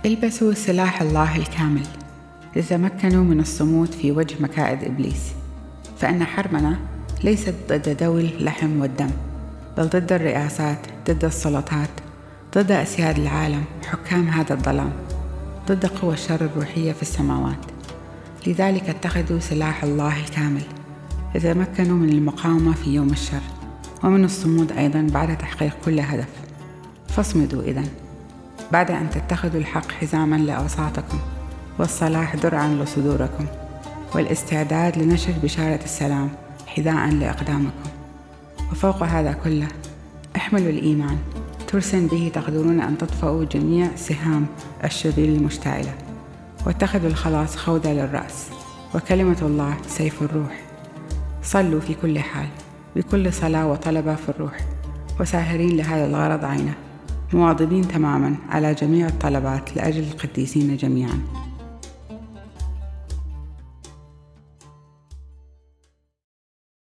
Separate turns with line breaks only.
البسوا سلاح الله الكامل لتمكنوا من الصمود في وجه مكائد إبليس، فإن حربنا ليست ضد ذوي اللحم والدم، بل ضد الرئاسات، ضد السلطات، ضد أسياد العالم، حكام هذا الظلام، ضد قوى الشر الروحية في السماوات. لذلك اتخذوا سلاح الله الكامل لتمكنوا من المقاومة في يوم الشر، ومن الصمود أيضا بعد تحقيق كل هدف. فاصمدوا إذن بعد أن تتخذوا الحق حزاما لأوساطكم، والصلاح درعا لصدوركم، والاستعداد لنشر بشارة السلام حذاء لأقدامكم. وفوق هذا كله احملوا الإيمان، ترسا به تقدرون أن تطفئوا جميع سهام الشرير المشتعلة، واتخذوا الخلاص خوذة للرأس، وكلمة الله سيف الروح. صلوا في كل حال بكل صلاة وطلبة في الروح، وساهرين لهذا الغرض عينه، مواظبين تماما على جميع الطلبات لأجل القديسين جميعا.